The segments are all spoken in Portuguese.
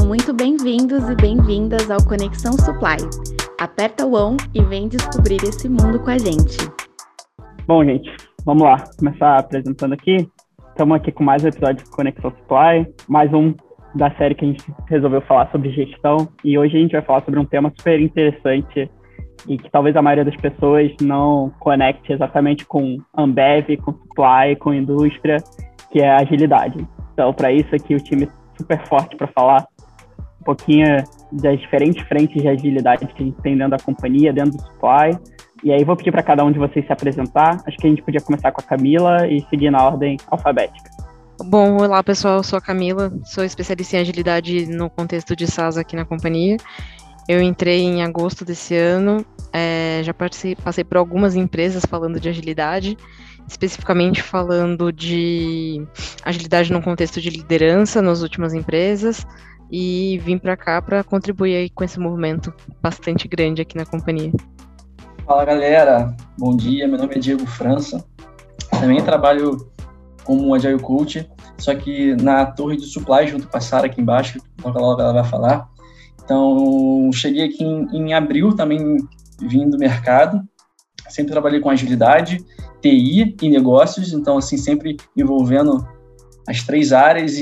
Sejam muito bem-vindos e bem-vindas ao Conexão Supply. Aperta o on e vem descobrir esse mundo com a gente. Bom, gente, vamos lá. Começar apresentando aqui. Estamos aqui com mais um episódio de Conexão Supply, mais um da série que a gente resolveu falar sobre gestão. E hoje a gente vai falar sobre um tema super interessante e que talvez a maioria das pessoas não conecte exatamente com Ambev, com Supply, com indústria, que é a agilidade. Então, para isso aqui, o time super forte para falar um pouquinho das diferentes frentes de agilidade que a gente tem dentro da companhia, dentro do Supply. E aí vou pedir para cada um de vocês se apresentar. Acho que a gente podia começar com a Camila e seguir na ordem alfabética. Bom, olá pessoal, eu sou a Camila, sou especialista em agilidade no contexto de SaaS aqui na companhia. Eu entrei em agosto desse ano, já passei por algumas empresas falando de agilidade, especificamente falando de agilidade no contexto de liderança nas últimas empresas, e vim para cá para contribuir aí com esse movimento bastante grande aqui na companhia. Fala galera, bom dia, meu nome é Diego França, também trabalho como Agile Coach, só que na torre de Supply junto com a Sara aqui embaixo, logo ela vai falar. Então, cheguei aqui em abril, também vim do mercado, sempre trabalhei com agilidade, TI e negócios, então assim, sempre envolvendo as três áreas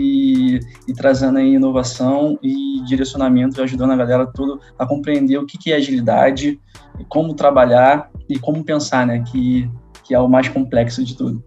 e trazendo aí inovação e direcionamento, ajudando a galera toda a compreender o que é agilidade, como trabalhar e como pensar, né, que é o mais complexo de tudo.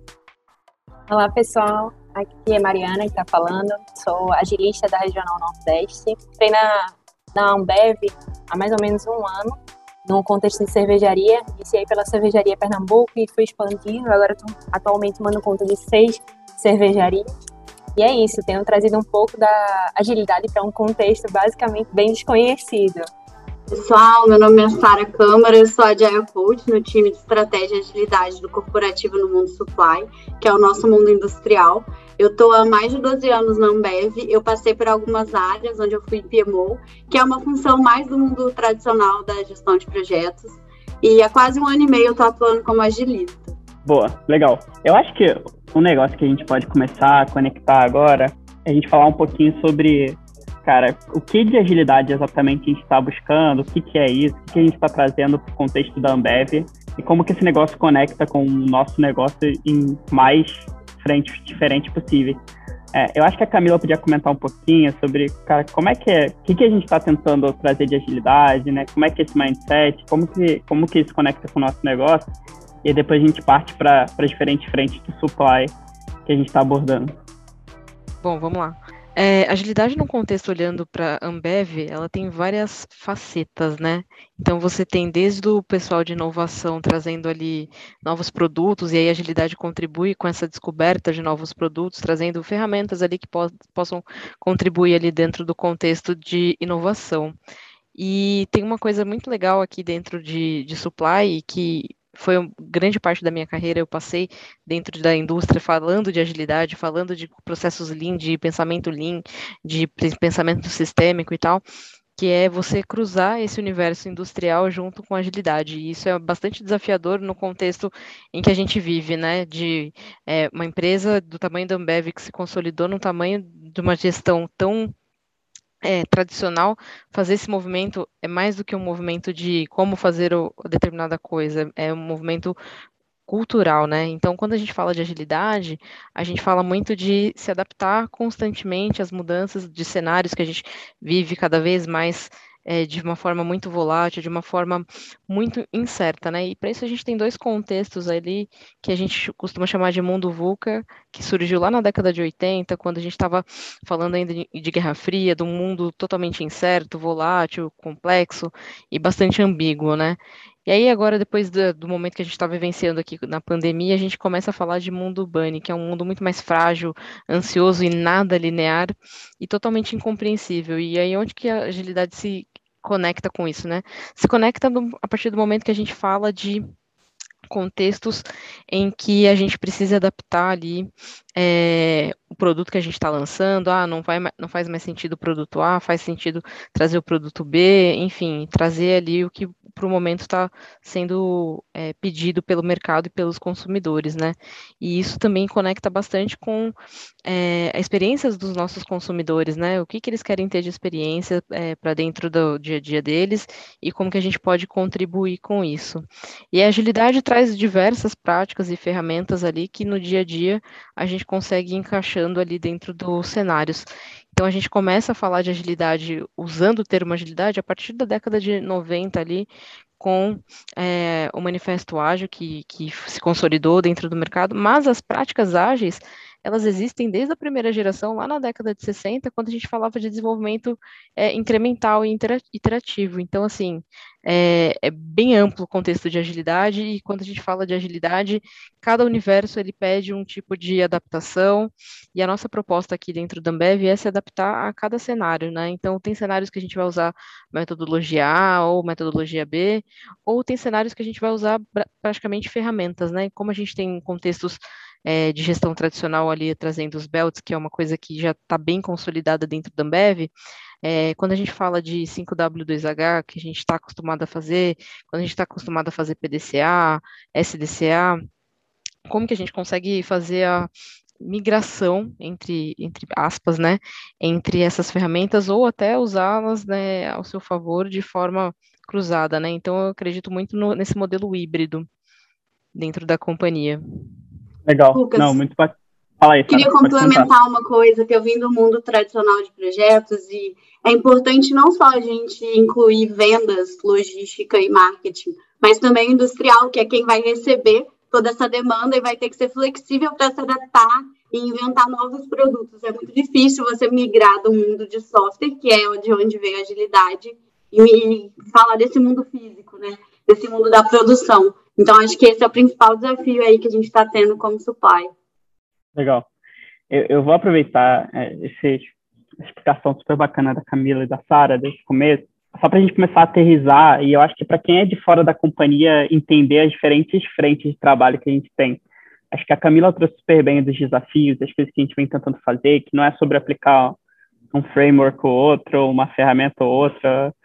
Olá pessoal, aqui é Mariana que está falando, sou agilista da Regional Nordeste, entrei na Ambev há mais ou menos um ano, no contexto de cervejaria, iniciei pela Cervejaria Pernambuco e fui expandindo, agora estou atualmente tomando conta de 6 cervejarias, e é isso, tenho trazido um pouco da agilidade para um contexto basicamente bem desconhecido. Pessoal, meu nome é Sara Câmara, eu sou Agile Coach no time de Estratégia e Agilidade do Corporativo no Mundo Supply, que é o nosso mundo industrial. Eu estou há mais de 12 anos na Ambev, eu passei por algumas áreas onde eu fui PMO, que é uma função mais do mundo tradicional da gestão de projetos, e há quase um ano e meio eu estou atuando como agilista. Boa, legal. Eu acho que um negócio que a gente pode começar a conectar agora é a gente falar um pouquinho sobre... Cara, o que de agilidade exatamente a gente está buscando, o que é isso, o que a gente está trazendo para o contexto da Ambev e como que esse negócio conecta com o nosso negócio em mais frentes diferentes possíveis. Eu acho que a Camila podia comentar um pouquinho sobre, cara, como é que o que a gente está tentando trazer de agilidade, né? Como é que é esse mindset, como que isso conecta com o nosso negócio, e aí depois a gente parte para diferentes frentes do supply que a gente está abordando. Bom, vamos lá. Agilidade no contexto, olhando para a Ambev, ela tem várias facetas, né? Então, você tem desde o pessoal de inovação trazendo ali novos produtos, e aí a agilidade contribui com essa descoberta de novos produtos, trazendo ferramentas ali que possam contribuir ali dentro do contexto de inovação. E tem uma coisa muito legal aqui dentro de supply, que foi grande parte da minha carreira, eu passei dentro da indústria falando de agilidade, falando de processos Lean, de pensamento Lean, de pensamento sistêmico e tal, que é você cruzar esse universo industrial junto com agilidade. E isso é bastante desafiador no contexto em que a gente vive, né? De uma empresa do tamanho da Ambev que se consolidou no tamanho de uma gestão tão tradicional, fazer esse movimento é mais do que um movimento de como fazer determinada coisa, é um movimento cultural, né? Então, quando a gente fala de agilidade, a gente fala muito de se adaptar constantemente às mudanças de cenários que a gente vive cada vez mais de uma forma muito volátil, de uma forma muito incerta, né? E para isso a gente tem dois contextos ali que a gente costuma chamar de mundo VUCA, que surgiu lá na década de 80, quando a gente estava falando ainda de Guerra Fria, de um mundo totalmente incerto, volátil, complexo e bastante ambíguo, né? E aí agora, depois do momento que a gente está vivenciando aqui na pandemia, a gente começa a falar de mundo bunny, que é um mundo muito mais frágil, ansioso e nada linear e totalmente incompreensível. E aí onde que a agilidade se conecta com isso, né? Se conecta a partir do momento que a gente fala de contextos em que a gente precisa adaptar ali o produto que a gente está lançando, não faz mais sentido o produto A, faz sentido trazer o produto B, enfim, trazer ali o que o o momento está sendo pedido pelo mercado e pelos consumidores, né? E isso também conecta bastante com as experiências dos nossos consumidores, né? O que eles querem ter de experiência para dentro do dia a dia deles e como que a gente pode contribuir com isso. E a agilidade traz diversas práticas e ferramentas ali que no dia a dia a gente consegue ir encaixando ali dentro dos cenários. Então, a gente começa a falar de agilidade, usando o termo agilidade, a partir da década de 90 ali, com o Manifesto Ágil, que se consolidou dentro do mercado, mas as práticas ágeis, elas existem desde a primeira geração, lá na década de 60, quando a gente falava de desenvolvimento incremental e iterativo. Então, assim, é bem amplo o contexto de agilidade, e quando a gente fala de agilidade, cada universo ele pede um tipo de adaptação, e a nossa proposta aqui dentro da Ambev é se adaptar a cada cenário, né? Então, tem cenários que a gente vai usar metodologia A ou metodologia B, ou tem cenários que a gente vai usar praticamente ferramentas, né? Como a gente tem contextos de gestão tradicional ali, trazendo os belts, que é uma coisa que já está bem consolidada dentro da Ambev, quando a gente fala de 5W2H, que a gente está acostumado a fazer, quando a gente está acostumado a fazer PDCA, SDCA, como que a gente consegue fazer a migração, entre aspas, né, entre essas ferramentas, ou até usá-las, né, ao seu favor de forma cruzada, né? Então, eu acredito muito nesse modelo híbrido dentro da companhia. Legal. Lucas, não, muito bacana. Fala aí, queria complementar uma coisa que eu vim do mundo tradicional de projetos, e é importante não só a gente incluir vendas, logística e marketing, mas também industrial, que é quem vai receber toda essa demanda e vai ter que ser flexível para se adaptar e inventar novos produtos. É muito difícil você migrar do mundo de software, que é de onde veio a agilidade, e falar desse mundo físico, né? Desse mundo da produção. Então, acho que esse é o principal desafio aí que a gente está tendo como supply. Legal. Eu vou aproveitar essa explicação super bacana da Camila e da Sara desse começo, só para a gente começar a aterrizar, e eu acho que para quem é de fora da companhia entender as diferentes frentes de trabalho que a gente tem. Acho que a Camila trouxe super bem dos desafios, das coisas que a gente vem tentando fazer, que não é sobre aplicar um framework ou outro, uma ferramenta ou outra,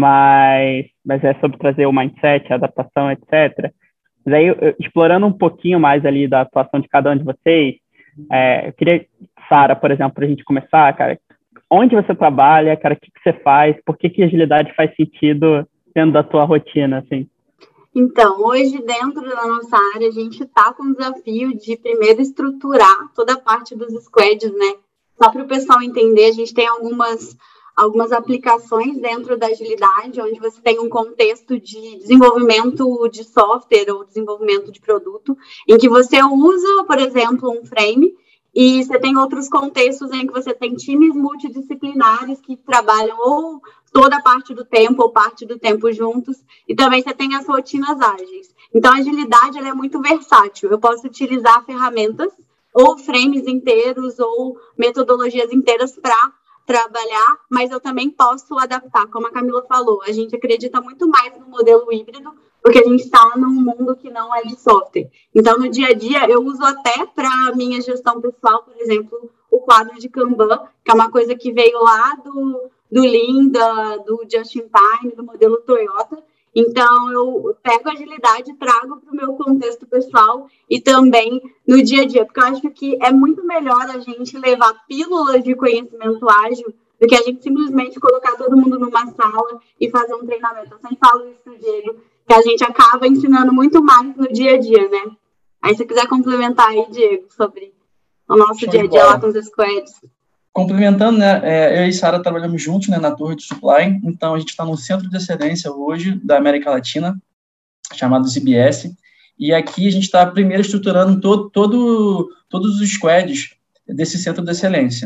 mas é sobre trazer o mindset, a adaptação, etc. Mas aí, explorando um pouquinho mais ali da atuação de cada um de vocês, eu queria, Sara, por exemplo, para a gente começar, cara, onde você trabalha, cara, o que você faz, por que a agilidade faz sentido dentro da tua rotina, assim? Então, hoje, dentro da nossa área, a gente está com o desafio de primeiro estruturar toda a parte dos squads, né? Só para o pessoal entender, a gente tem algumas aplicações dentro da agilidade, onde você tem um contexto de desenvolvimento de software ou desenvolvimento de produto, em que você usa, por exemplo, um frame, e você tem outros contextos em que você tem times multidisciplinares que trabalham ou toda a parte do tempo ou parte do tempo juntos, e também você tem as rotinas ágeis. Então, a agilidade ela é muito versátil. Eu posso utilizar ferramentas ou frames inteiros ou metodologias inteiras para trabalhar, mas eu também posso adaptar, como a Camila falou, a gente acredita muito mais no modelo híbrido, porque a gente está num mundo que não é de software. Então, no dia a dia, eu uso até para a minha gestão pessoal, por exemplo, o quadro de Kanban, que é uma coisa que veio lá do Lean, do Just in Time, do modelo Toyota. Então, eu pego a agilidade e trago para o meu contexto pessoal e também no dia a dia, porque eu acho que é muito melhor a gente levar pílulas de conhecimento ágil do que a gente simplesmente colocar todo mundo numa sala e fazer um treinamento. Eu sempre falo isso pro Diego, que a gente acaba ensinando muito mais no dia a dia, né? Aí, se você quiser complementar aí, Diego, sobre o nosso dia a dia lá com os squads. Complementando, né, eu e Sara trabalhamos juntos, né, na Torre de Supply, então a gente está no Centro de Excelência hoje da América Latina, chamado CBS, e aqui a gente está primeiro estruturando todos os squads desse Centro de Excelência,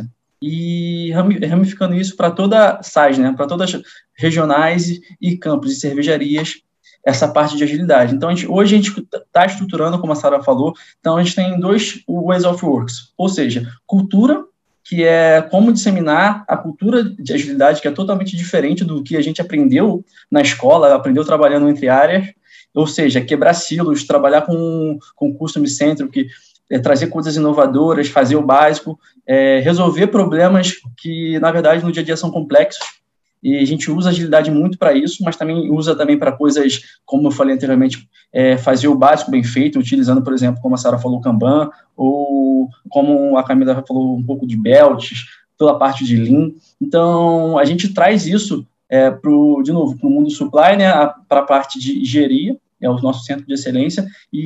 e ramificando isso para toda a SAIS, né, para todas as regionais e campos e cervejarias, essa parte de agilidade. Então, hoje a gente está estruturando, como a Sara falou, então a gente tem 2 Ways of Works, ou seja, cultura, que é como disseminar a cultura de agilidade, que é totalmente diferente do que a gente aprendeu na escola, aprendeu trabalhando entre áreas, ou seja, quebrar silos, trabalhar com Customer Centric, trazer coisas inovadoras, fazer o básico, resolver problemas que, na verdade, no dia a dia são complexos, e a gente usa a agilidade muito para isso, mas também usa também para coisas, como eu falei anteriormente, fazer o básico bem feito, utilizando, por exemplo, como a Sara falou, Kanban, ou como a Camila falou, um pouco de belts, toda a parte de Lean. Então, a gente traz isso, de novo, para o mundo supply, né, para a parte de engenharia, é o nosso centro de excelência,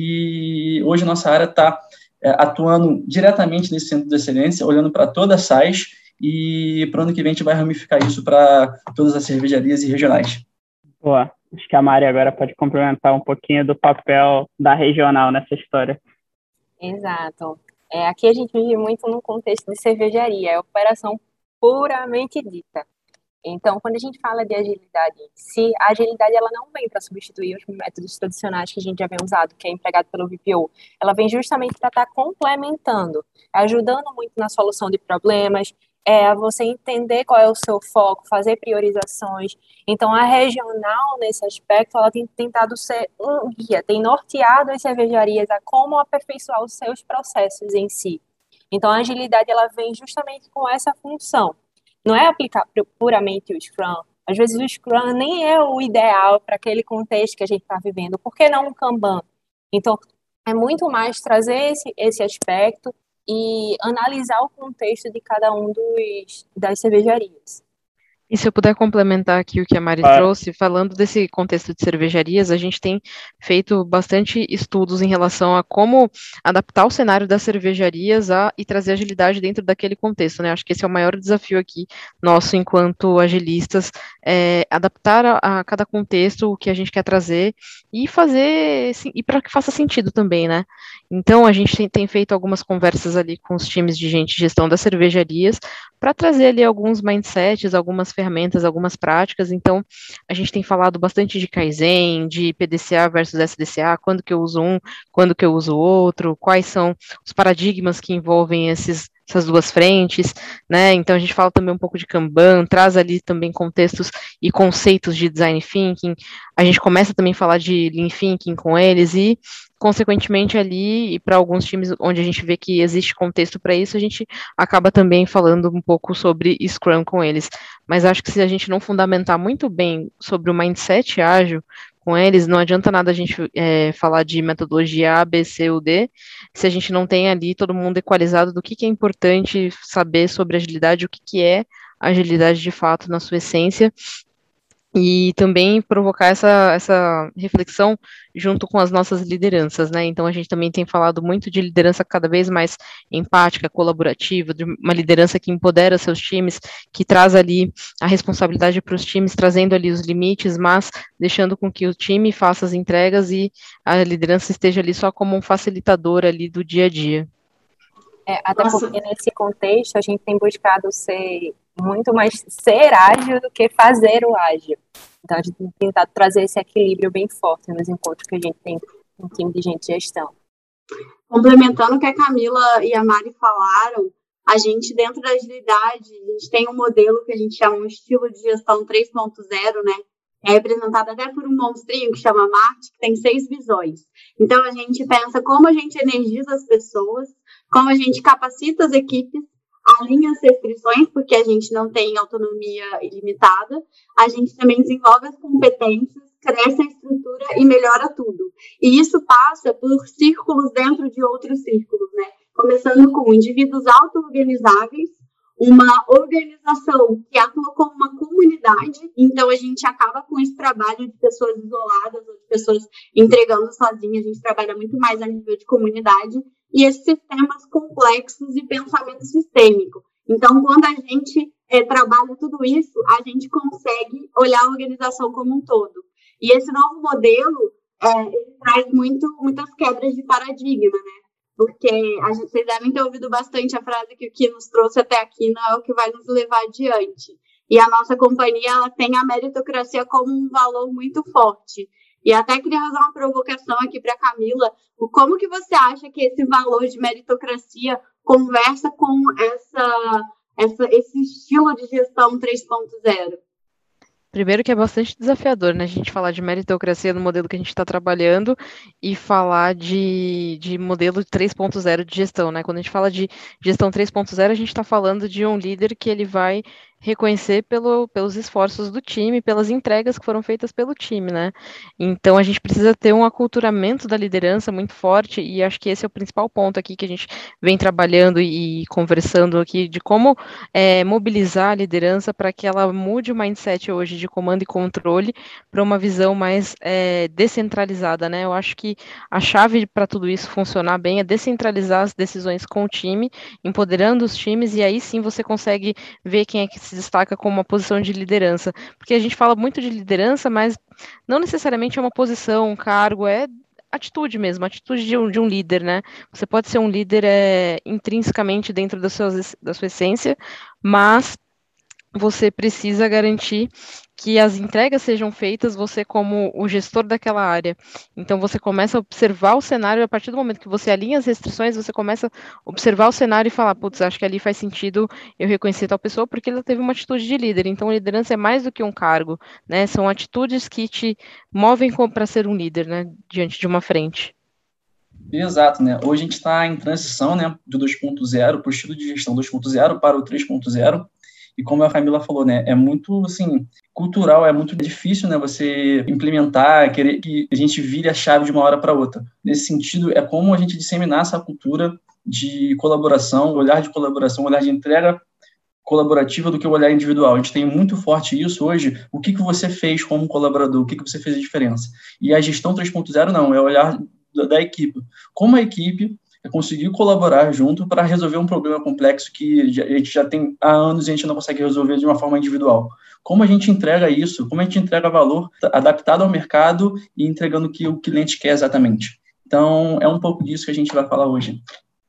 e hoje a nossa área está atuando diretamente nesse centro de excelência, olhando para toda a SAIS, e para o ano que vem a gente vai ramificar isso para todas as cervejarias e regionais. Boa. Acho que a Mari agora pode complementar um pouquinho do papel da regional nessa história. Exato. Aqui a gente vive muito no contexto de cervejaria, é operação puramente dita. Então, quando a gente fala de agilidade em si, a agilidade ela não vem para substituir os métodos tradicionais que a gente já vem usado, que é empregado pelo VPO. Ela vem justamente para estar complementando, ajudando muito na solução de problemas, você entender qual é o seu foco, fazer priorizações. Então, a regional, nesse aspecto, ela tem tentado ser um guia, tem norteado as cervejarias a como aperfeiçoar os seus processos em si. Então, a agilidade ela vem justamente com essa função. Não é aplicar puramente o Scrum. Às vezes o Scrum nem é o ideal para aquele contexto que a gente está vivendo. Por que não um Kanban? Então, é muito mais trazer esse aspecto e analisar o contexto de cada um das cervejarias. E se eu puder complementar aqui o que a Mari trouxe, falando desse contexto de cervejarias, a gente tem feito bastante estudos em relação a como adaptar o cenário das cervejarias e trazer agilidade dentro daquele contexto, né? Acho que esse é o maior desafio aqui nosso enquanto agilistas, adaptar a cada contexto o que a gente quer trazer e fazer, e para que faça sentido também, né? Então, a gente tem feito algumas conversas ali com os times de gestão das cervejarias para trazer ali alguns mindsets, algumas ferramentas, algumas práticas. Então, a gente tem falado bastante de Kaizen, de PDCA versus SDCA, quando que eu uso um, quando que eu uso o outro, quais são os paradigmas que envolvem essas duas frentes, né? Então, a gente fala também um pouco de Kanban, traz ali também contextos e conceitos de Design Thinking. A gente começa também a falar de Lean Thinking com eles e, consequentemente, ali, e para alguns times onde a gente vê que existe contexto para isso, a gente acaba também falando um pouco sobre Scrum com eles. Mas acho que se a gente não fundamentar muito bem sobre o mindset ágil com eles, não adianta nada a gente falar de metodologia A, B, C ou D, se a gente não tem ali todo mundo equalizado do que é importante saber sobre agilidade, o que é agilidade de fato na sua essência, e também provocar essa reflexão junto com as nossas lideranças, né? Então, a gente também tem falado muito de liderança cada vez mais empática, colaborativa, de uma liderança que empodera seus times, que traz ali a responsabilidade para os times, trazendo ali os limites, mas deixando com que o time faça as entregas e a liderança esteja ali só como um facilitador ali do dia a dia. Até porque nesse contexto a gente tem buscado ser muito mais ser ágil do que fazer o ágil. Então a gente tem tentado trazer esse equilíbrio bem forte nos encontros que a gente tem com o time de gente de gestão. Complementando o que a Camila e a Mari falaram, a gente dentro da agilidade, a gente tem um modelo que a gente chama um estilo de gestão 3.0, né? É representado até por um monstrinho que chama Marte, que tem 6 visões. Então, a gente pensa como a gente energiza as pessoas, como a gente capacita as equipes, alinha as restrições, porque a gente não tem autonomia ilimitada, a gente também desenvolve as competências, cresce a estrutura e melhora tudo. E isso passa por círculos dentro de outros círculos, né? Começando com indivíduos auto-organizáveis, uma organização que atua como uma comunidade, então a gente acaba com esse trabalho de pessoas isoladas ou de pessoas entregando sozinhas, a gente trabalha muito mais a nível de comunidade e esses sistemas complexos e pensamento sistêmico. Então, quando a gente trabalha tudo isso, a gente consegue olhar a organização como um todo. E esse novo modelo, ele traz muitas quebras de paradigma, né? Porque vocês devem ter ouvido bastante a frase que o que nos trouxe até aqui não é o que vai nos levar adiante. E a nossa companhia ela tem a meritocracia como um valor muito forte. E até queria fazer uma provocação aqui para a Camila. Como que você acha que esse valor de meritocracia conversa com esse estilo de gestão 3.0? Primeiro que é bastante desafiador, né, a gente falar de meritocracia no modelo que a gente está trabalhando e falar de modelo 3.0 de gestão, né, quando a gente fala de gestão 3.0, a gente está falando de um líder que ele vai reconhecer pelos esforços do time, pelas entregas que foram feitas pelo time, né? Então a gente precisa ter um aculturamento da liderança muito forte, e acho que esse é o principal ponto aqui que a gente vem trabalhando e conversando aqui, de como mobilizar a liderança para que ela mude o mindset hoje de comando e controle para uma visão mais descentralizada, né? Eu acho que a chave para tudo isso funcionar bem é descentralizar as decisões com o time, empoderando os times, e aí sim você consegue ver quem é que se destaca como uma posição de liderança. Porque a gente fala muito de liderança, mas não necessariamente é uma posição, um cargo, é atitude mesmo, atitude de um líder, né? Você pode ser um líder intrinsecamente dentro da sua essência, mas você precisa garantir que as entregas sejam feitas, você como o gestor daquela área. Então, você começa a observar o cenário, a partir do momento que você alinha as restrições, você começa a observar o cenário e falar, putz, acho que ali faz sentido eu reconhecer tal pessoa, porque ela teve uma atitude de líder. Então, liderança é mais do que um cargo, né? São atitudes que te movem para ser um líder, né? Diante de uma frente. Exato, né? Hoje a gente está em transição, né, do 2.0 para o estilo de gestão 2.0 para o 3.0. E como a Camila falou, né, é muito, assim, cultural, é muito difícil, né, você implementar, querer que a gente vire a chave de uma hora para outra. Nesse sentido, é como a gente disseminar essa cultura de colaboração, olhar de entrega colaborativa do que o olhar individual. A gente tem muito forte isso hoje. O que você fez como colaborador? O que você fez a diferença? E a gestão 3.0 não, é o olhar da equipe. Como a equipe conseguir colaborar junto para resolver um problema complexo que a gente já tem há anos e a gente não consegue resolver de uma forma individual. Como a gente entrega isso, como a gente entrega valor adaptado ao mercado e entregando o que o cliente quer exatamente. Então, é um pouco disso que a gente vai falar hoje.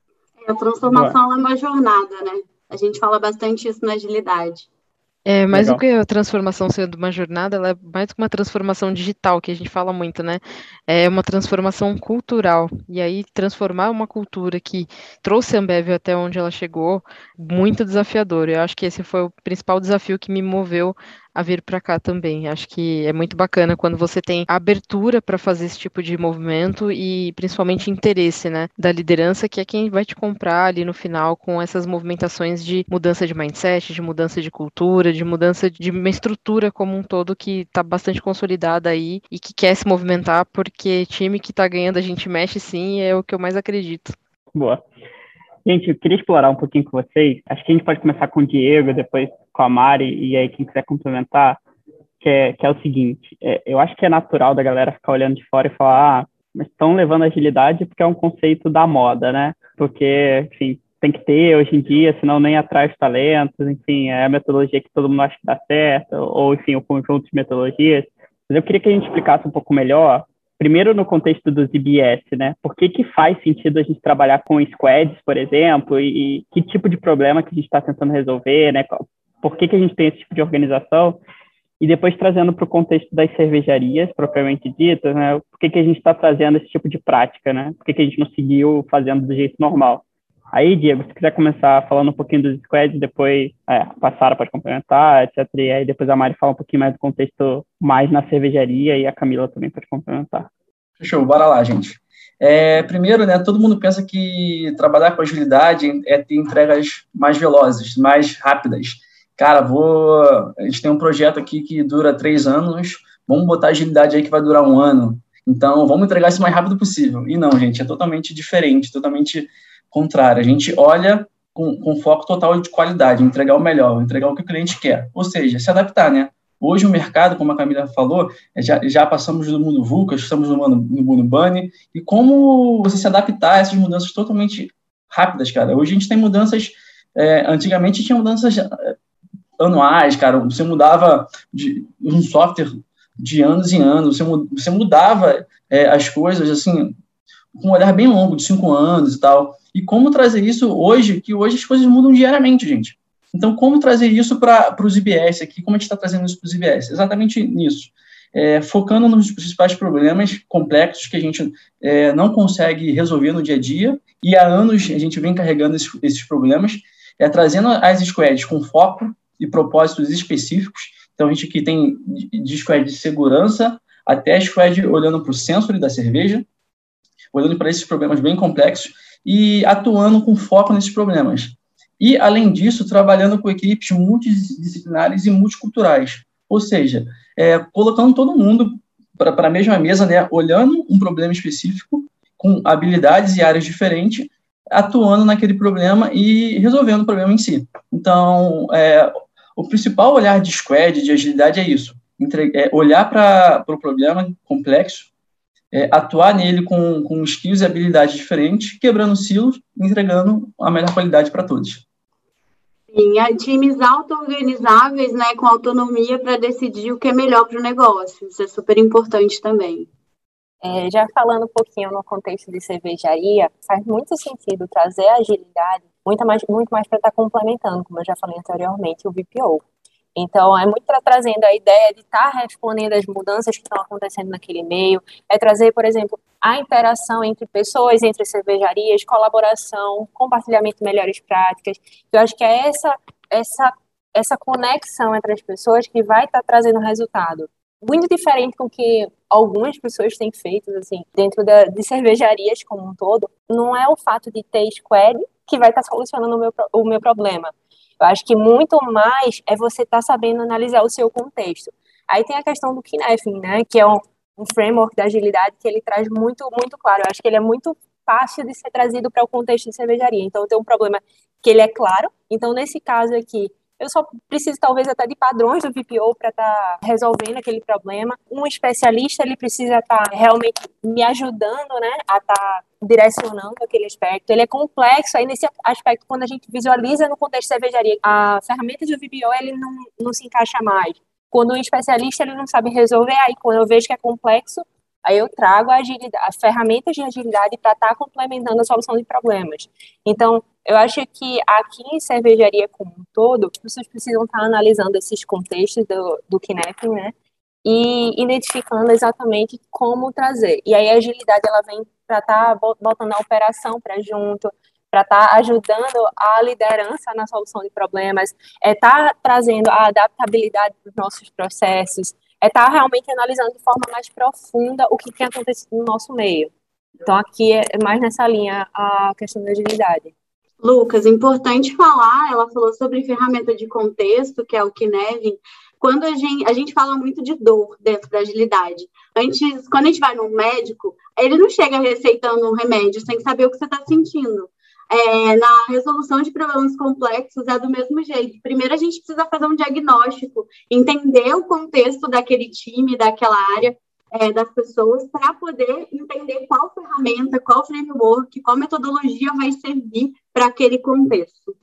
A transformação é uma jornada, né? A gente fala bastante isso na agilidade. Mais do que a transformação sendo uma jornada, ela é mais do que uma transformação digital, que a gente fala muito, né? É uma transformação cultural. E aí, transformar uma cultura que trouxe a Ambev até onde ela chegou, muito desafiador. Eu acho que esse foi o principal desafio que me moveu a vir para cá também. Acho que é muito bacana quando você tem abertura para fazer esse tipo de movimento e principalmente interesse, né, da liderança, que é quem vai te comprar ali no final com essas movimentações de mudança de mindset, de mudança de cultura, de mudança de uma estrutura como um todo que está bastante consolidada aí e que quer se movimentar, porque time que está ganhando a gente mexe sim, é o que eu mais acredito. Boa. Gente, eu queria explorar um pouquinho com vocês. Acho que a gente pode começar com o Diego, depois com a Mari, e aí quem quiser complementar, que é o seguinte, eu acho que é natural da galera ficar olhando de fora e falar, mas estão levando agilidade porque é um conceito da moda, né? Porque, enfim, tem que ter hoje em dia, senão nem atrai os talentos, enfim, é a metodologia que todo mundo acha que dá certo, ou, enfim, o conjunto de metodologias. Mas eu queria que a gente explicasse um pouco melhor, primeiro no contexto dos IBS, né? Por que faz sentido a gente trabalhar com squads, por exemplo, e que tipo de problema que a gente está tentando resolver, né? Por que a gente tem esse tipo de organização? E depois trazendo para o contexto das cervejarias, propriamente ditas, né? Por que a gente está trazendo esse tipo de prática, né? Por que a gente não seguiu fazendo do jeito normal? Aí, Diego, se quiser começar falando um pouquinho dos squads, depois a Sara pode complementar, etc. E aí depois a Mari fala um pouquinho mais do contexto mais na cervejaria e a Camila também pode complementar. Fechou, bora lá, gente. Primeiro, né, todo mundo pensa que trabalhar com agilidade é ter entregas mais velozes, mais rápidas. Cara, a gente tem um projeto aqui que dura 3 anos, vamos botar agilidade aí que vai durar 1 ano. Então, vamos entregar isso o mais rápido possível. E não, gente, é totalmente diferente, totalmente contrário. A gente olha com foco total de qualidade, entregar o melhor, entregar o que o cliente quer. Ou seja, se adaptar, né? Hoje o mercado, como a Camila falou, já passamos do mundo VUCA, estamos no mundo Bunny, e como você se adaptar a essas mudanças totalmente rápidas, cara. Hoje a gente tem mudanças, antigamente tinha mudanças anuais, cara, você mudava de um software de anos em anos, você mudava as coisas, assim, com um olhar bem longo, de 5 anos e tal. E como trazer isso hoje, que hoje as coisas mudam diariamente, gente. Então, como trazer isso para os IBS aqui? Como a gente está trazendo isso para os IBS? Exatamente nisso. Focando nos principais problemas complexos que a gente não consegue resolver no dia a dia, e há anos a gente vem carregando esses problemas, trazendo as squads com foco e propósitos específicos. Então, a gente aqui tem de squad de segurança até a squad olhando para o sensor da cerveja, olhando para esses problemas bem complexos e atuando com foco nesses problemas. E, além disso, trabalhando com equipes multidisciplinares e multiculturais. Ou seja, colocando todo mundo para a mesma mesa, né, olhando um problema específico, com habilidades e áreas diferentes, atuando naquele problema e resolvendo o problema em si. Então, o principal olhar de squad, de agilidade, é isso. Olhar para o problema complexo, atuar nele com skills e habilidades diferentes, quebrando silos, entregando a melhor qualidade para todos. Sim, times auto-organizáveis, né, com autonomia para decidir o que é melhor para o negócio. Isso é super importante também. Já falando um pouquinho no contexto de cervejaria, faz muito sentido trazer a agilidade, muito mais para estar complementando, como eu já falei anteriormente, o VPO. Então, é muito trazendo a ideia de estar respondendo às mudanças que estão acontecendo naquele meio, trazer, por exemplo, a interação entre pessoas, entre cervejarias, colaboração, compartilhamento de melhores práticas. Eu acho que é essa conexão entre as pessoas que vai estar trazendo resultado. Muito diferente com o que algumas pessoas têm feito, assim, dentro de cervejarias como um todo. Não é o fato de ter squad que vai estar solucionando o meu problema. Eu acho que muito mais é você estar sabendo analisar o seu contexto. Aí tem a questão do Knefin, né, que é um framework da agilidade que ele traz muito, muito claro. Eu acho que ele é muito fácil de ser trazido para o contexto de cervejaria. Então, tem um problema que ele é claro. Então, nesse caso aqui, eu só preciso, talvez, até de padrões do VPO para estar resolvendo aquele problema. Um especialista, ele precisa estar realmente me ajudando, né, a estar direcionando aquele aspecto. Ele é complexo, aí nesse aspecto, quando a gente visualiza no contexto de cervejaria, a ferramenta de VPO, ele não se encaixa mais. Quando um especialista, ele não sabe resolver, aí quando eu vejo que é complexo, aí eu trago as ferramentas de agilidade para estar complementando a solução de problemas. Então, eu acho que aqui em cervejaria como um todo, as pessoas precisam estar analisando esses contextos do Knefin, né? E identificando exatamente como trazer. E aí a agilidade, ela vem para estar botando a operação para junto, para estar ajudando a liderança na solução de problemas, estar trazendo a adaptabilidade para os nossos processos, estar realmente analisando de forma mais profunda o que tem acontecido no nosso meio. Então, aqui é mais nessa linha a questão da agilidade. Lucas, importante falar, ela falou sobre ferramenta de contexto, que é o Knefin. Quando a gente fala muito de dor dentro da agilidade. Quando a gente vai no médico, ele não chega receitando um remédio sem saber o que você está sentindo. Na resolução de problemas complexos é do mesmo jeito. Primeiro, a gente precisa fazer um diagnóstico, entender o contexto daquele time, daquela área, das pessoas, para poder entender qual ferramenta, qual framework, qual metodologia vai servir para aquele contexto.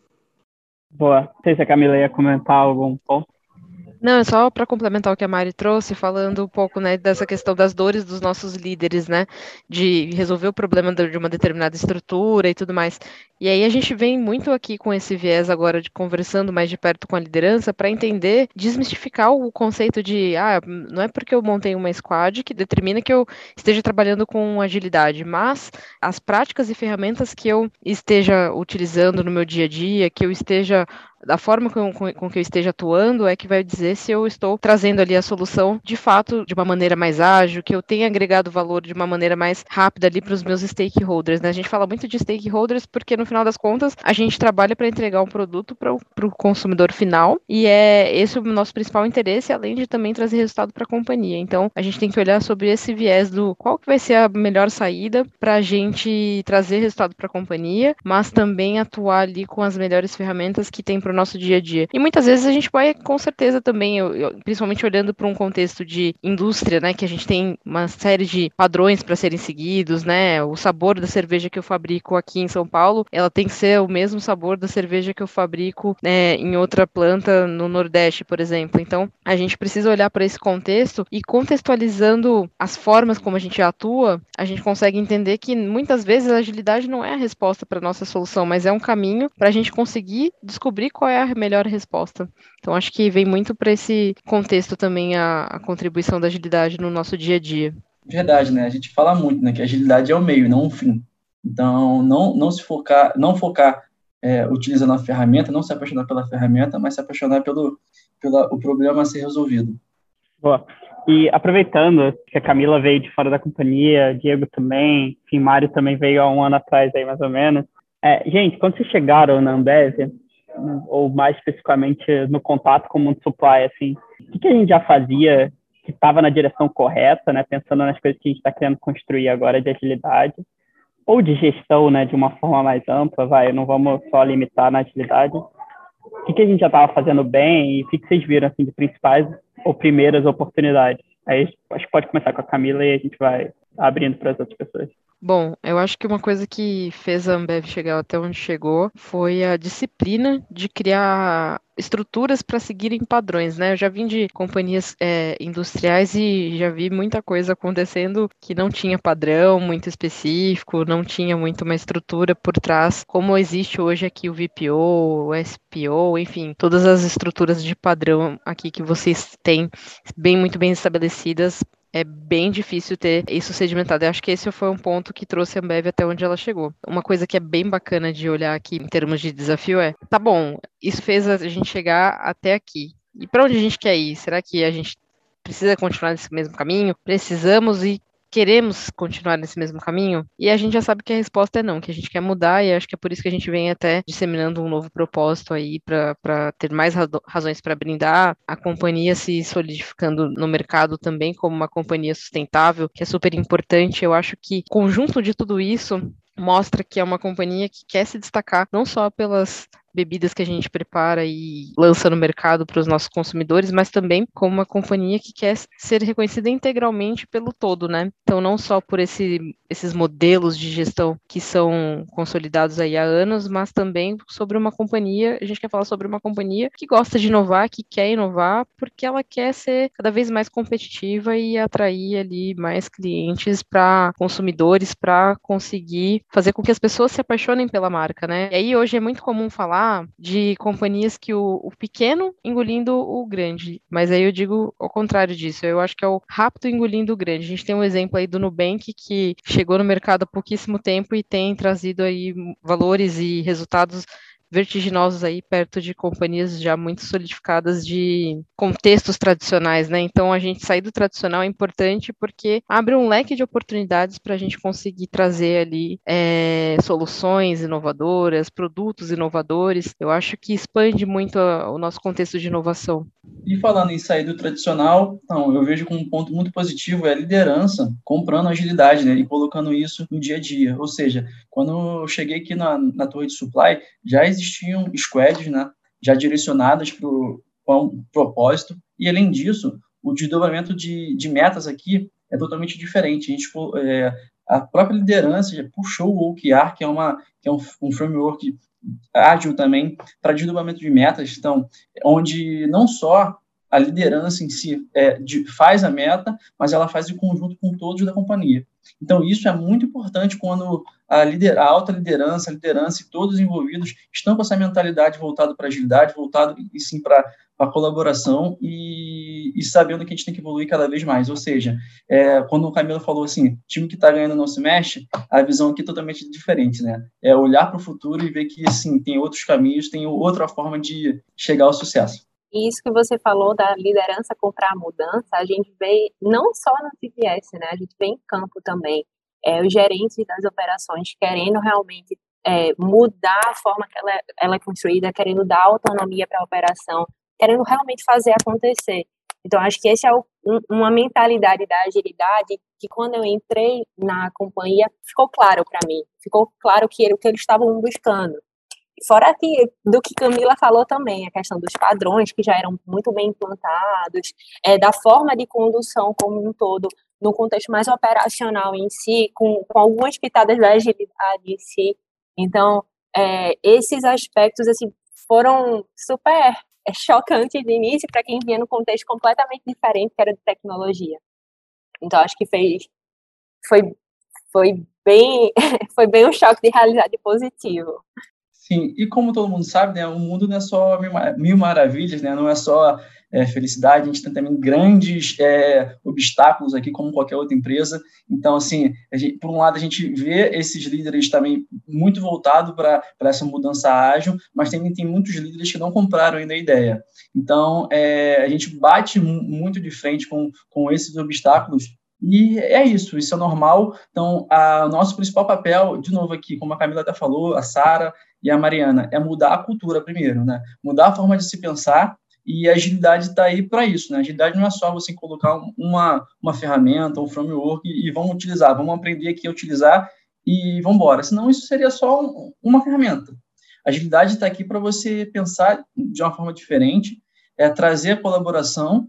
Boa. Não sei se a Camila ia comentar algum ponto. Não, é só para complementar o que a Mari trouxe, falando um pouco, né, dessa questão das dores dos nossos líderes, né, de resolver o problema de uma determinada estrutura e tudo mais. E aí a gente vem muito aqui com esse viés agora de conversando mais de perto com a liderança para entender, desmistificar o conceito de, não é porque eu montei uma squad que determina que eu esteja trabalhando com agilidade, mas as práticas e ferramentas que eu esteja utilizando no meu dia a dia, que eu esteja da forma com que eu esteja atuando é que vai dizer se eu estou trazendo ali a solução de fato de uma maneira mais ágil, que eu tenha agregado valor de uma maneira mais rápida ali para os meus stakeholders, né? A gente fala muito de stakeholders porque no final das contas a gente trabalha para entregar um produto para o consumidor final e é esse o nosso principal interesse, além de também trazer resultado para a companhia. Então a gente tem que olhar sobre esse viés do qual que vai ser a melhor saída para a gente trazer resultado para a companhia, mas também atuar ali com as melhores ferramentas que tem para o nosso dia a dia. E muitas vezes a gente vai, com certeza, também, principalmente olhando para um contexto de indústria, né, que a gente tem uma série de padrões para serem seguidos, né, o sabor da cerveja que eu fabrico aqui em São Paulo, ela tem que ser o mesmo sabor da cerveja que eu fabrico, né, em outra planta no Nordeste, por exemplo. Então, a gente precisa olhar para esse contexto e contextualizando as formas como a gente atua, a gente consegue entender que muitas vezes a agilidade não é a resposta para a nossa solução, mas é um caminho para a gente conseguir descobrir qual é a melhor resposta. Então, acho que vem muito para esse contexto também a contribuição da agilidade no nosso dia a dia. Verdade, né? A gente fala muito, né, que a agilidade é o meio, não o fim. Então, não focar utilizando a ferramenta, não se apaixonar pela ferramenta, mas se apaixonar pelo o problema a ser resolvido. Boa. E aproveitando que a Camila veio de fora da companhia, Diego também, enfim, Mário também veio há um ano atrás, aí mais ou menos. Gente, quando vocês chegaram na Ambev, ou mais especificamente no contato com o mundo supply, assim, o que a gente já fazia que estava na direção correta, né, pensando nas coisas que a gente está querendo construir agora de agilidade, ou de gestão, né, de uma forma mais ampla, não vamos só limitar na agilidade. O que a gente já estava fazendo bem e o que vocês viram, assim, de principais ou primeiras oportunidades? Aí acho que pode começar com a Camila e a gente vai abrindo para as outras pessoas. Bom, eu acho que uma coisa que fez a Ambev chegar até onde chegou foi a disciplina de criar estruturas para seguirem padrões, né? Eu já vim de companhias industriais e já vi muita coisa acontecendo que não tinha padrão muito específico, não tinha muito uma estrutura por trás, como existe hoje aqui o VPO, o SPO, enfim, todas as estruturas de padrão aqui que vocês têm muito bem estabelecidas. É bem difícil ter isso sedimentado. Eu acho que esse foi um ponto que trouxe a Ambev até onde ela chegou. Uma coisa que é bem bacana de olhar aqui em termos de desafio tá bom, isso fez a gente chegar até aqui. E para onde a gente quer ir? Será que a gente precisa continuar nesse mesmo caminho? Precisamos e queremos continuar nesse mesmo caminho? E a gente já sabe que a resposta é não, que a gente quer mudar, e acho que é por isso que a gente vem até disseminando um novo propósito aí para ter mais razões para brindar, a companhia se solidificando no mercado também como uma companhia sustentável, que é super importante. Eu acho que o conjunto de tudo isso mostra que é uma companhia que quer se destacar não só pelas bebidas que a gente prepara e lança no mercado para os nossos consumidores, mas também como uma companhia que quer ser reconhecida integralmente pelo todo, né? Então, não só por esses modelos de gestão que são consolidados aí há anos, mas também sobre uma companhia, a gente quer falar sobre uma companhia que gosta de inovar, que quer inovar, porque ela quer ser cada vez mais competitiva e atrair ali mais clientes para consumidores, para conseguir fazer com que as pessoas se apaixonem pela marca, né? E aí, hoje é muito comum falar de companhias que o pequeno engolindo o grande, mas aí eu digo ao contrário disso, eu acho que é o rápido engolindo o grande. A gente tem um exemplo aí do Nubank, que chegou no mercado há pouquíssimo tempo e tem trazido aí valores e resultados vertiginosos aí perto de companhias já muito solidificadas de contextos tradicionais, né? Então, a gente sair do tradicional é importante porque abre um leque de oportunidades para a gente conseguir trazer ali soluções inovadoras, produtos inovadores. Eu acho que expande muito o nosso contexto de inovação. E falando em sair do tradicional, então, eu vejo como um ponto muito positivo é a liderança comprando agilidade, né, e colocando isso no dia a dia. Ou seja, quando eu cheguei aqui na torre de supply, já existiam squads, né, já direcionadas para um propósito, e além disso, o desdobramento de metas aqui é totalmente diferente. A própria liderança já puxou o OKR, que é um framework ágil também para desdobramento de metas, então, onde não só a liderança em si faz a meta, mas ela faz em conjunto com todos da companhia. Então, isso é muito importante quando a alta liderança, a liderança e todos os envolvidos estão com essa mentalidade voltada para agilidade, voltado, e sim, para a colaboração e sabendo que a gente tem que evoluir cada vez mais. Ou seja, quando o Camilo falou assim, time que está ganhando não se mexe, a visão aqui é totalmente diferente, né? É olhar para o futuro e ver que, assim, tem outros caminhos, tem outra forma de chegar ao sucesso. E isso que você falou da liderança comprar a mudança, a gente vê não só no TPS, né? A gente vê em campo também. Os gerentes das operações querendo realmente mudar a forma que ela é construída, querendo dar autonomia para a operação, querendo realmente fazer acontecer. Então, acho que esse é uma mentalidade da agilidade que, quando eu entrei na companhia, ficou claro para mim. Ficou claro que era o que eles estavam buscando. Fora do que Camila falou também, a questão dos padrões, que já eram muito bem implantados, da forma de condução como um todo, no contexto mais operacional em si, com algumas pitadas da agilidade em si. Então, esses aspectos assim, foram super chocantes de início para quem vinha no contexto completamente diferente, que era de tecnologia. Então, acho que foi bem um choque de realidade positivo. Sim, e como todo mundo sabe, né, o mundo não é só mil maravilhas, né, não é só felicidade, a gente tem também grandes obstáculos aqui, como qualquer outra empresa. Então, assim, por um lado, a gente vê esses líderes também muito voltados para essa mudança ágil, mas também tem muitos líderes que não compraram ainda a ideia. Então, a gente bate muito de frente com esses obstáculos. E é isso é normal. Então, nosso principal papel, de novo aqui, como a Camila até falou, a Sara, e a Mariana, é mudar a cultura primeiro, né? Mudar a forma de se pensar, e a agilidade está aí para isso, né? A agilidade não é só você colocar uma ferramenta, um framework e vamos utilizar, vamos aprender aqui a utilizar e vamos embora. Senão isso seria só uma ferramenta. A agilidade está aqui para você pensar de uma forma diferente, trazer a colaboração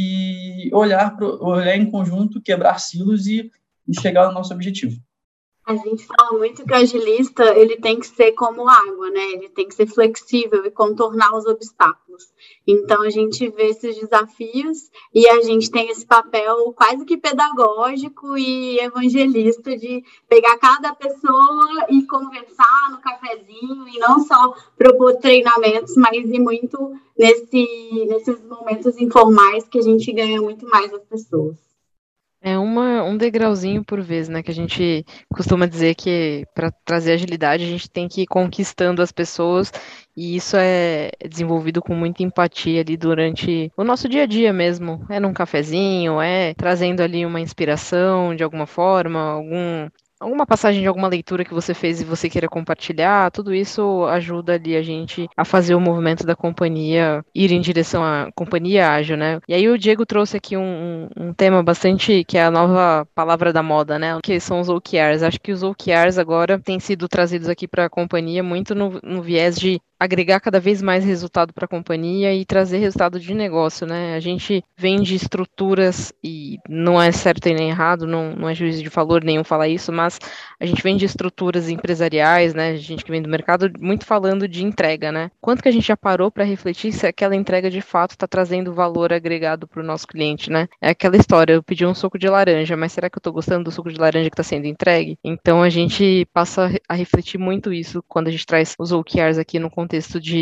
e olhar em conjunto, quebrar silos e chegar ao nosso objetivo. A gente fala muito que o agilista, ele tem que ser como água, né? Ele tem que ser flexível e contornar os obstáculos. Então, a gente vê esses desafios e a gente tem esse papel quase que pedagógico e evangelista de pegar cada pessoa e conversar no cafezinho e não só propor treinamentos, mas ir muito nesses momentos informais que a gente ganha muito mais das pessoas. É um degrauzinho por vez, né? Que a gente costuma dizer que para trazer agilidade a gente tem que ir conquistando as pessoas, e isso é desenvolvido com muita empatia ali durante o nosso dia a dia mesmo. É num cafezinho, é trazendo ali uma inspiração de alguma forma, alguma passagem de alguma leitura que você fez e você queira compartilhar. Tudo isso ajuda ali a gente a fazer o movimento da companhia ir em direção à companhia ágil, né? E aí o Diego trouxe aqui um tema bastante, que é a nova palavra da moda, né? Que são os OKRs. Acho que os OKRs agora têm sido trazidos aqui para a companhia muito no viés de agregar cada vez mais resultado para a companhia e trazer resultado de negócio, né? A gente vende estruturas, e não é certo e nem errado, não é juízo de valor nenhum falar isso, mas a gente vende estruturas empresariais, né? A gente que vem do mercado muito falando de entrega, né? Quanto que a gente já parou para refletir se aquela entrega de fato está trazendo valor agregado para o nosso cliente, né? É aquela história, eu pedi um suco de laranja, mas será que eu estou gostando do suco de laranja que está sendo entregue? Então a gente passa a refletir muito isso quando a gente traz os OKRs aqui no contexto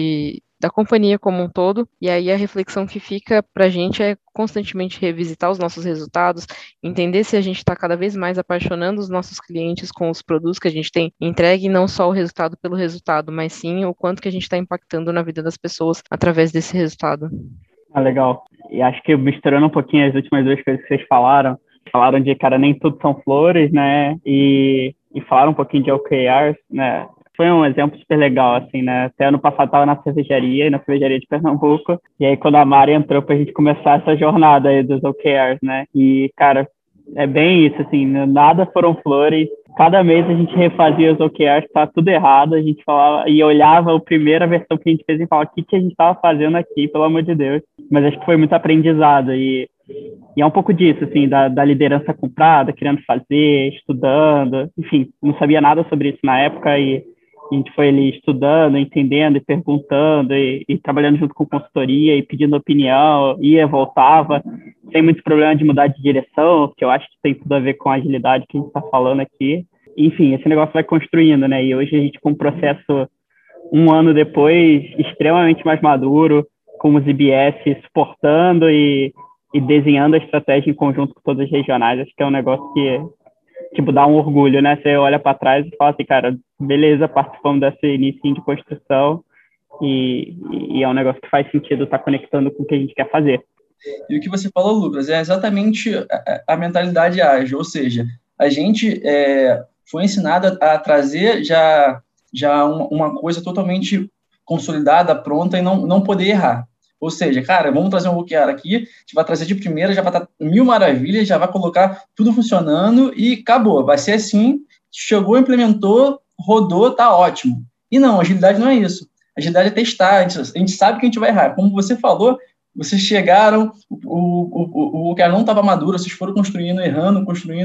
da companhia como um todo, e aí a reflexão que fica para a gente é constantemente revisitar os nossos resultados, entender se a gente está cada vez mais apaixonando os nossos clientes com os produtos que a gente tem entregue, e não só o resultado pelo resultado, mas sim o quanto que a gente está impactando na vida das pessoas através desse resultado. Legal. E acho que misturando um pouquinho as últimas duas coisas que vocês falaram de, cara, nem tudo são flores, né, e falaram um pouquinho de OKRs, né. Foi um exemplo super legal, assim, né? Até ano passado estava na cervejaria de Pernambuco, e aí quando a Mari entrou pra gente começar essa jornada aí dos OKRs, né? E, cara, é bem isso, assim, nada foram flores. Cada mês a gente refazia os OKRs, tá tudo errado, a gente falava e olhava a primeira versão que a gente fez e falava, o que a gente estava fazendo aqui, pelo amor de Deus. Mas acho que foi muito aprendizado e é um pouco disso, assim, da liderança comprada, querendo fazer, estudando, enfim, não sabia nada sobre isso na época e a gente foi ali estudando, entendendo e perguntando e trabalhando junto com consultoria e pedindo opinião, ia, voltava, sem muitos problemas de mudar de direção, que eu acho que tem tudo a ver com a agilidade que a gente está falando aqui. Enfim, esse negócio vai construindo, né? E hoje a gente com um processo, um ano depois, extremamente mais maduro, com os IBS suportando e desenhando a estratégia em conjunto com todas as regionais. Acho que é um negócio que, tipo, dá um orgulho, né? Você olha para trás e fala assim, cara, beleza, participamos desse início de construção e é um negócio que faz sentido estar conectando com o que a gente quer fazer. E o que você falou, Lucas, é exatamente a mentalidade ágil, ou seja, a gente foi ensinado a trazer já uma coisa totalmente consolidada, pronta e não poder errar. Ou seja, cara, vamos trazer um OKR aqui, a gente vai trazer de primeira, já vai estar mil maravilhas, já vai colocar tudo funcionando e acabou. Vai ser assim, chegou, implementou, rodou, tá ótimo. E não, agilidade não é isso. Agilidade é testar, a gente sabe que a gente vai errar. Como você falou, vocês chegaram, o OKR não estava maduro, vocês foram construindo, errando,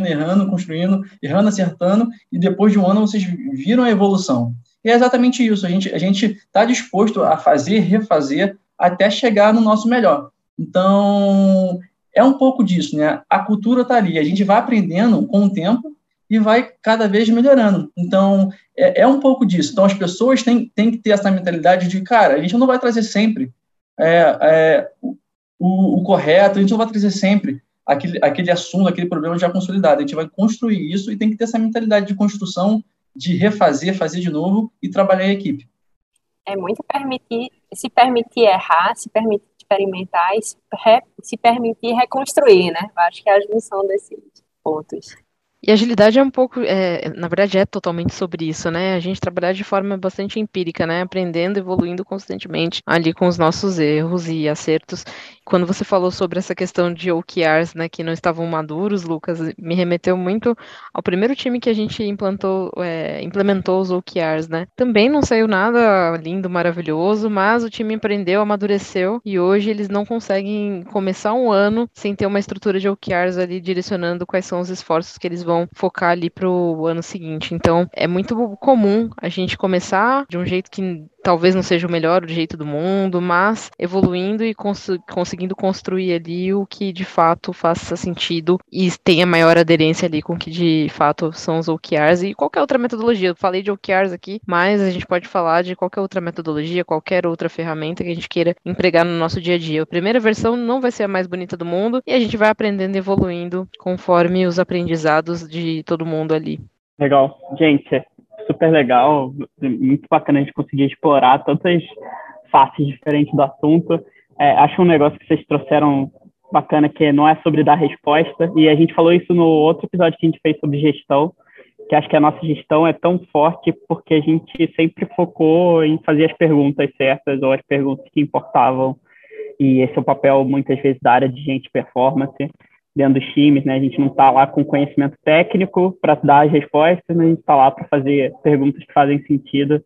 acertando, e depois de um ano vocês viram a evolução. E é exatamente isso, a gente está disposto a fazer, refazer, até chegar no nosso melhor. Então, é um pouco disso, né? A cultura está ali, a gente vai aprendendo com o tempo e vai cada vez melhorando. Então, é um pouco disso. Então, as pessoas têm que ter essa mentalidade de, cara, a gente não vai trazer sempre o correto, a gente não vai trazer sempre aquele assunto, aquele problema já consolidado. A gente vai construir isso e tem que ter essa mentalidade de construção, de refazer, fazer de novo e trabalhar em equipe. É muito se permitir errar, se permitir experimentar e se permitir reconstruir, né? Eu acho que é a junção desses pontos. E agilidade é um pouco, na verdade, é totalmente sobre isso, né? A gente trabalhar de forma bastante empírica, né? Aprendendo, evoluindo constantemente ali com os nossos erros e acertos. Quando você falou sobre essa questão de OKRs, né, que não estavam maduros, Lucas, me remeteu muito ao primeiro time que a gente implementou os OKRs, né? Também não saiu nada lindo, maravilhoso, mas o time aprendeu, amadureceu e hoje eles não conseguem começar um ano sem ter uma estrutura de OKRs ali direcionando quais são os esforços que eles vão focar ali para o ano seguinte. Então, é muito comum a gente começar de um jeito que talvez não seja o melhor, o jeito do mundo, mas evoluindo e conseguindo construir ali o que de fato faça sentido e tenha maior aderência ali com o que de fato são os OKRs e qualquer outra metodologia. Eu falei de OKRs aqui, mas a gente pode falar de qualquer outra metodologia, qualquer outra ferramenta que a gente queira empregar no nosso dia a dia. A primeira versão não vai ser a mais bonita do mundo e a gente vai aprendendo e evoluindo conforme os aprendizados de todo mundo ali. Legal. Gente, super legal, muito bacana a gente conseguir explorar tantas faces diferentes do assunto. Acho um negócio que vocês trouxeram bacana, que não é sobre dar resposta, e a gente falou isso no outro episódio que a gente fez sobre gestão, que acho que a nossa gestão é tão forte porque a gente sempre focou em fazer as perguntas certas ou as perguntas que importavam, e esse é o papel, muitas vezes, da área de gente performance dentro dos times, né? A gente não está lá com conhecimento técnico para dar as respostas, mas a gente está lá para fazer perguntas que fazem sentido.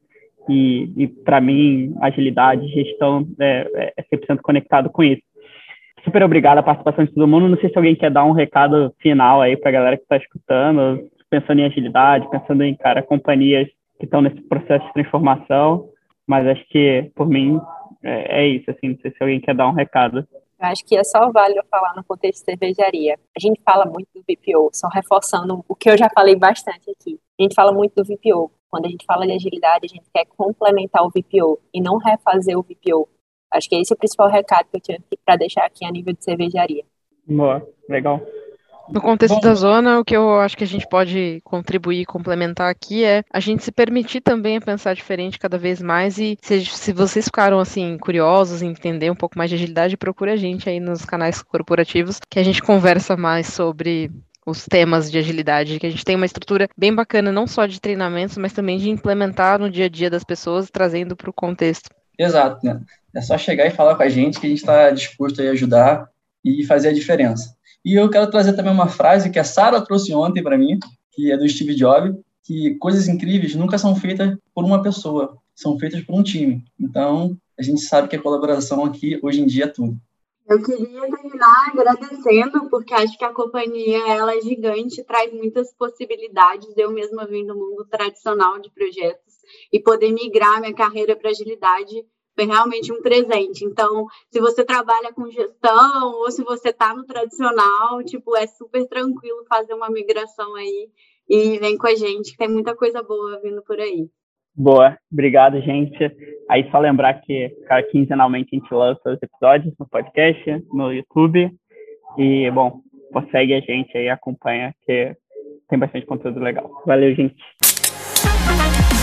E para mim, agilidade, gestão é 100% conectado com isso. Super obrigado a participação de todo mundo. Não sei se alguém quer dar um recado final aí para a galera que está escutando, pensando em agilidade, pensando em, companhias que estão nesse processo de transformação. Mas acho que, por mim, é isso. Assim, não sei se alguém quer dar um recado. Eu acho que é só válido falar no contexto de cervejaria. A gente fala muito do VPO, só reforçando o que eu já falei bastante aqui. A gente fala muito do VPO. Quando a gente fala de agilidade, a gente quer complementar o VPO e não refazer o VPO. Acho que esse é o principal recado que eu tinha para deixar aqui a nível de cervejaria. Boa, legal. No contexto da zona, o que eu acho que a gente pode contribuir e complementar aqui é a gente se permitir também a pensar diferente cada vez mais e se vocês ficaram assim curiosos em entender um pouco mais de agilidade, procure a gente aí nos canais corporativos que a gente conversa mais sobre os temas de agilidade, que a gente tem uma estrutura bem bacana, não só de treinamentos, mas também de implementar no dia a dia das pessoas, trazendo para o contexto. Exato, né? É só chegar e falar com a gente que a gente está disposto a ajudar e fazer a diferença. E eu quero trazer também uma frase que a Sarah trouxe ontem para mim, que é do Steve Jobs, que coisas incríveis nunca são feitas por uma pessoa, são feitas por um time. Então, a gente sabe que a colaboração aqui, hoje em dia, é tudo. Eu queria terminar agradecendo, porque acho que a companhia ela é gigante, traz muitas possibilidades. Eu mesma vim do mundo tradicional de projetos e poder migrar minha carreira para agilidade foi realmente um presente. Então, se você trabalha com gestão ou se você está no tradicional, é super tranquilo fazer uma migração aí e vem com a gente, que tem muita coisa boa vindo por aí. Boa, obrigado, gente. Aí só lembrar que quinzenalmente a gente lança os episódios no podcast, no YouTube. E, bom, segue a gente aí, acompanha, que tem bastante conteúdo legal. Valeu, gente.